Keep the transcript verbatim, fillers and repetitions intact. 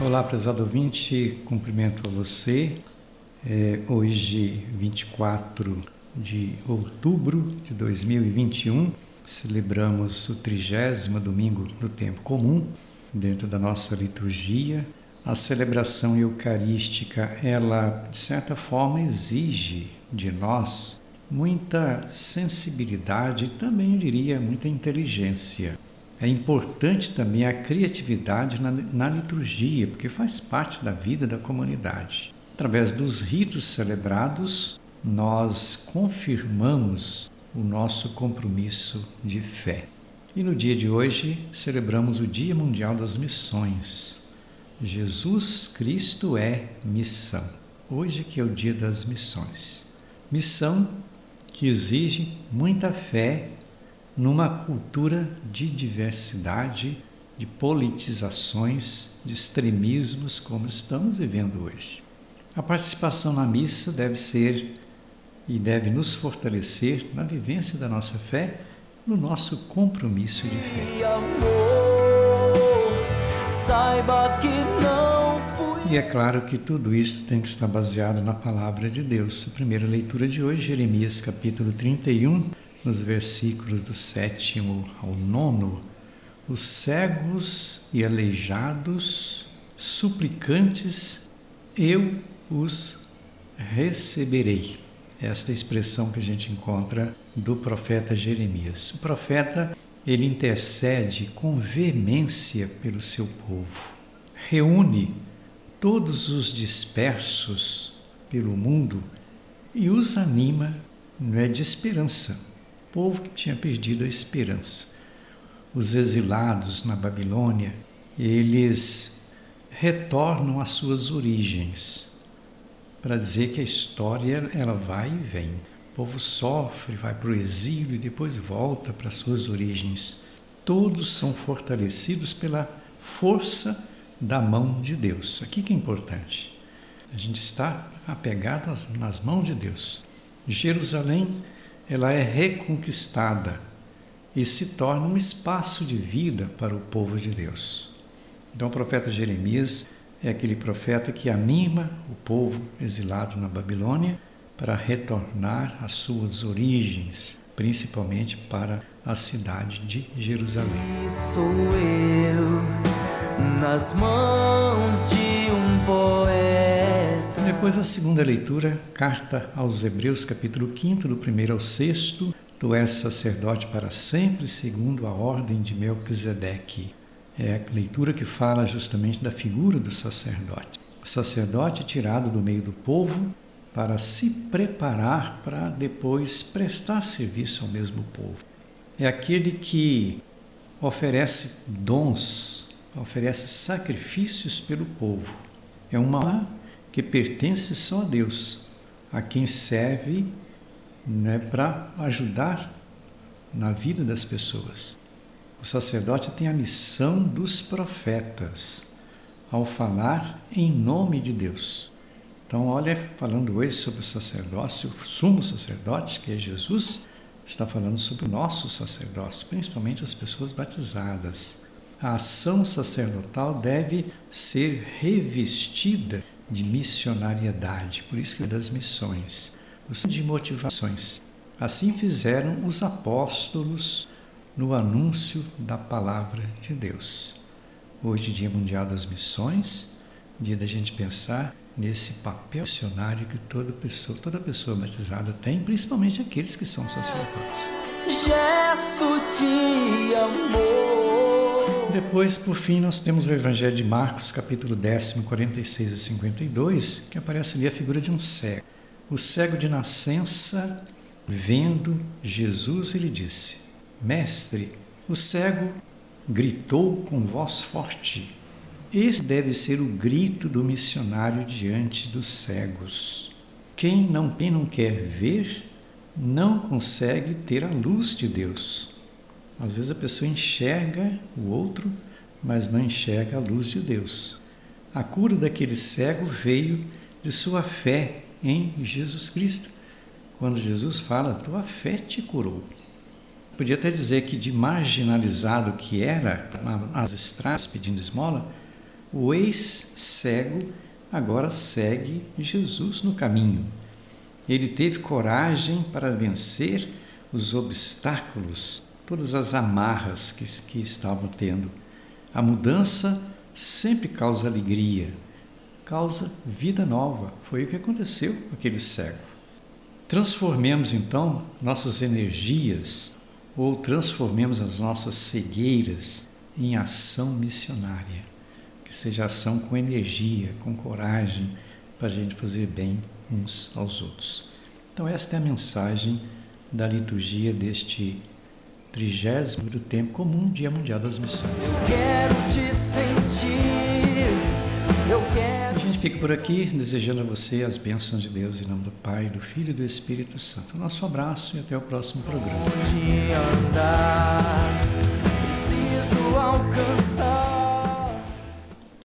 Olá, prezado ouvinte, cumprimento a você. É, hoje, vinte e quatro de outubro de dois mil e vinte e um, celebramos o trigésimo domingo do tempo comum, dentro da nossa liturgia. A celebração eucarística, ela, de certa forma, exige de nós muita sensibilidade e também, eu diria, muita inteligência. É importante também a criatividade na, na liturgia, porque faz parte da vida da comunidade. Através dos ritos celebrados, nós confirmamos o nosso compromisso de fé. E no dia de hoje, celebramos o Dia Mundial das Missões. Jesus Cristo é missão. Hoje que é o Dia das Missões. Missão que exige muita fé numa cultura de diversidade, de politizações, de extremismos, como estamos vivendo hoje. A participação na missa deve ser e deve nos fortalecer na vivência da nossa fé, no nosso compromisso de fé. Amor, saiba que não fui... E é claro que tudo isso tem que estar baseado na palavra de Deus. A primeira leitura de hoje, Jeremias capítulo trinta e um, nos versículos do sétimo ao nono, os cegos e aleijados, suplicantes, eu os receberei. Esta expressão que a gente encontra do profeta Jeremias. O profeta, ele intercede com veemência pelo seu povo. Reúne todos os dispersos pelo mundo e os anima, não é, de esperança. Povo que tinha perdido a esperança. Os exilados na Babilônia, eles retornam às suas origens, para dizer que a história ela vai e vem. O povo sofre, vai para o exílio e depois volta para as suas origens. Todos são fortalecidos pela força da mão de Deus. Aqui que é importante. A gente está apegado nas mãos de Deus. Jerusalém, ela é reconquistada e se torna um espaço de vida para o povo de Deus. Então o profeta Jeremias é aquele profeta que anima o povo exilado na Babilônia para retornar às suas origens, principalmente para a cidade de Jerusalém. Sou eu nas mãos de um poeta. Depois a segunda leitura, carta aos Hebreus, capítulo quinto, do primeiro ao sexto. Tu és sacerdote para sempre, segundo a ordem de Melquisedeque. É a leitura que fala justamente da figura do sacerdote. O sacerdote tirado do meio do povo para se preparar para depois prestar serviço ao mesmo povo. É aquele que oferece dons, oferece sacrifícios pelo povo. É uma que pertence só a Deus, a quem serve, né, para ajudar na vida das pessoas. O sacerdote tem a missão dos profetas, ao falar em nome de Deus. Então, olha, falando hoje sobre o sacerdócio, o sumo sacerdote, que é Jesus, está falando sobre o nosso sacerdócio, principalmente as pessoas batizadas. A ação sacerdotal deve ser revestida de missionariedade, por isso que é das missões, de motivações. Assim fizeram os apóstolos no anúncio da palavra de Deus. Hoje, Dia Mundial das Missões, dia da gente pensar nesse papel missionário que toda pessoa, toda pessoa batizada tem, principalmente aqueles que são sacerdotes. Gesto de amor. Depois, por fim, nós temos o Evangelho de Marcos, capítulo dez, quarenta e seis a cinquenta e dois, que aparece ali a figura de um cego. O cego de nascença, vendo Jesus, ele disse: Mestre, o cego gritou com voz forte. Esse deve ser o grito do missionário diante dos cegos. Quem não, quem não quer ver, não consegue ter a luz de Deus. Às vezes a pessoa enxerga o outro, mas não enxerga a luz de Deus. A cura daquele cego veio de sua fé em Jesus Cristo. Quando Jesus fala, tua fé te curou. Podia até dizer que de marginalizado que era, as estradas pedindo esmola, O ex-cego agora segue Jesus no caminho. Ele teve coragem para vencer os obstáculos, todas as amarras que, que estavam tendo. A mudança sempre causa alegria, causa vida nova. Foi o que aconteceu com aquele cego. Transformemos então nossas energias ou transformemos as nossas cegueiras em ação missionária. Que seja ação com energia, com coragem, para a gente fazer bem uns aos outros. Então esta é a mensagem da liturgia deste trigésimo do Tempo Comum, Dia Mundial das Missões. Quero te sentir, eu quero. A gente fica por aqui desejando a você as bênçãos de Deus em nome do Pai, do Filho e do Espírito Santo. Nosso abraço e até o próximo programa. Onde andar?